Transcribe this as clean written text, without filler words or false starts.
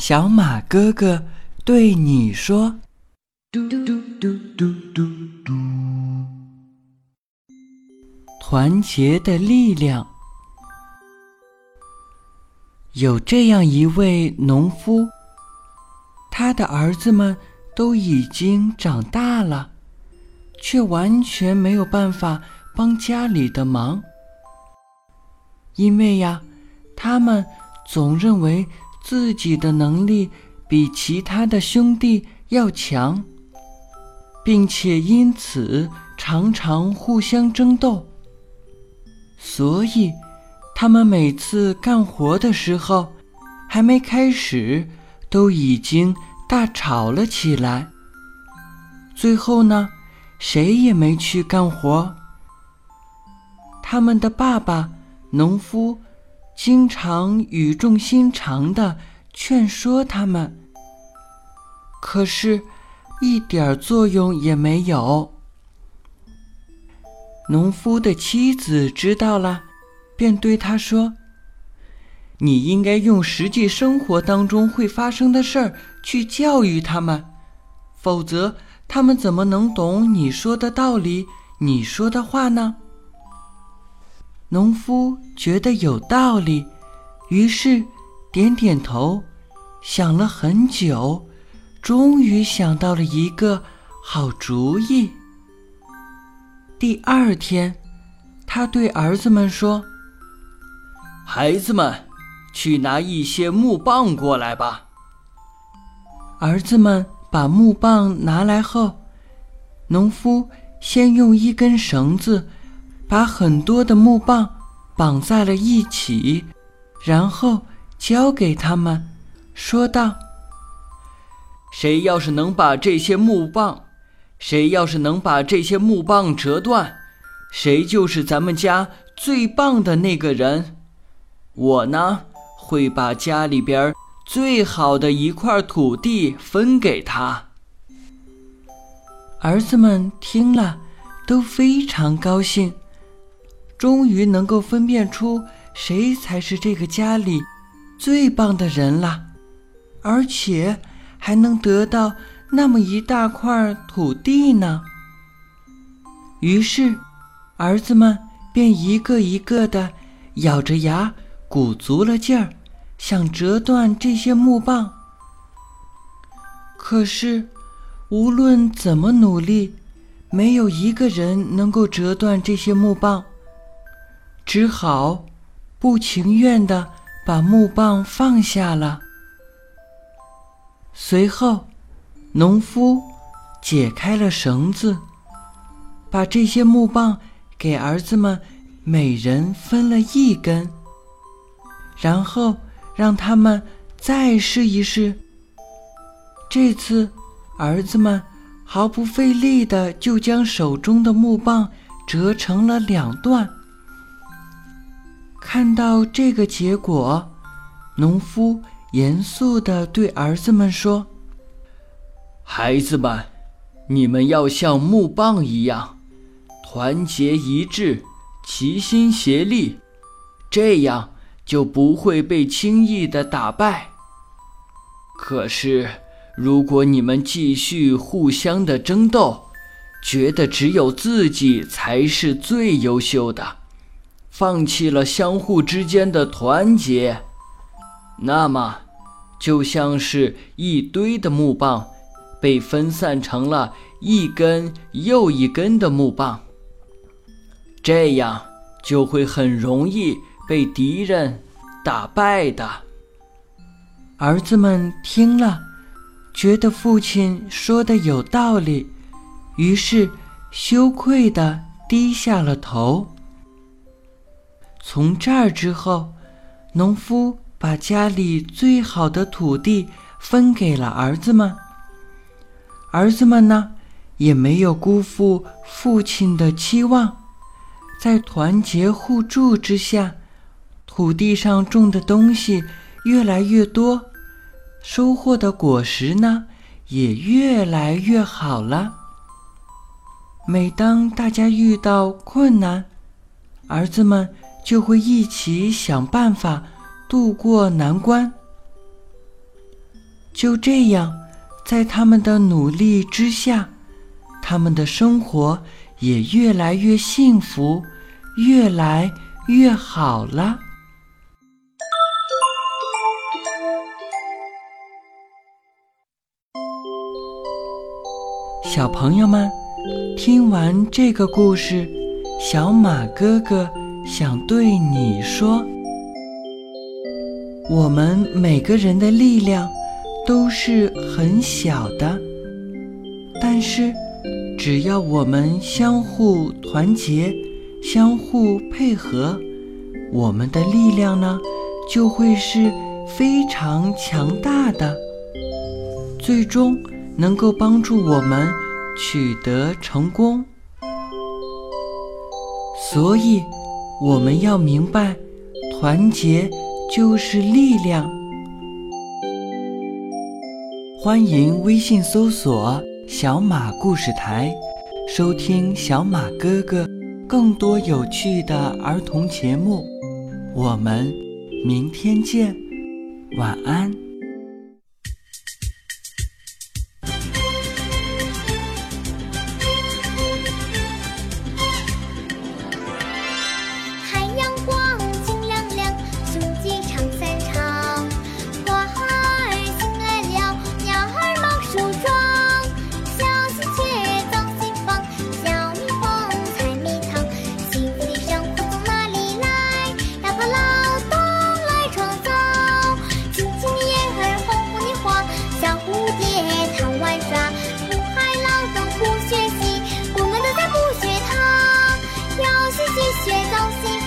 小马哥哥对你说。团结的力量。有这样一位农夫，他的儿子们都已经长大了，却完全没有办法帮家里的忙。因为呀，他们总认为自己的能力比其他的兄弟要强，并且因此常常互相争斗。所以他们每次干活的时候，还没开始都已经大吵了起来。最后呢，谁也没去干活。他们的爸爸农夫经常语重心长地劝说他们，可是一点作用也没有。农夫的妻子知道了，便对他说：你应该用实际生活当中会发生的事儿去教育他们，否则他们怎么能懂你说的道理，你说的话呢？农夫觉得有道理，于是点点头，想了很久，终于想到了一个好主意。第二天，他对儿子们说：孩子们，去拿一些木棒过来吧。儿子们把木棒拿来后，农夫先用一根绳子把很多的木棒绑在了一起，然后交给他们，说道：谁要是能把这些木棒折断，谁就是咱们家最棒的那个人。我呢，会把家里边最好的一块土地分给他。儿子们听了都非常高兴，终于能够分辨出谁才是这个家里最棒的人了，而且还能得到那么一大块土地呢。于是儿子们便一个一个的咬着牙鼓足了劲儿，想折断这些木棒。可是无论怎么努力，没有一个人能够折断这些木棒，只好不情愿地把木棒放下了。随后农夫解开了绳子，把这些木棒给儿子们每人分了一根，然后让他们再试一试。这次儿子们毫不费力地就将手中的木棒折成了两段。看到这个结果，农夫严肃地对儿子们说：孩子们，你们要像木棒一样团结一致，齐心协力，这样就不会被轻易地打败。可是如果你们继续互相的争斗，觉得只有自己才是最优秀的，放弃了相互之间的团结，那么就像是一堆的木棒被分散成了一根又一根的木棒，这样就会很容易被敌人打败的。儿子们听了，觉得父亲说的有道理，于是羞愧地低下了头。从这儿之后，农夫把家里最好的土地分给了儿子们。儿子们呢，也没有辜负父亲的期望，在团结互助之下，土地上种的东西越来越多，收获的果实呢，也越来越好了。每当大家遇到困难，儿子们就会一起想办法渡过难关。 就这样，在他们的努力之下，他们的生活也越来越幸福，越来越好了。小朋友们，听完这个故事，小马哥哥想对你说，我们每个人的力量都是很小的，但是只要我们相互团结，相互配合，我们的力量呢，就会是非常强大的，最终能够帮助我们取得成功。所以我们要明白，团结就是力量。欢迎微信搜索小马故事台，收听小马哥哥更多有趣的儿童节目。我们明天见，晚安。 学造型。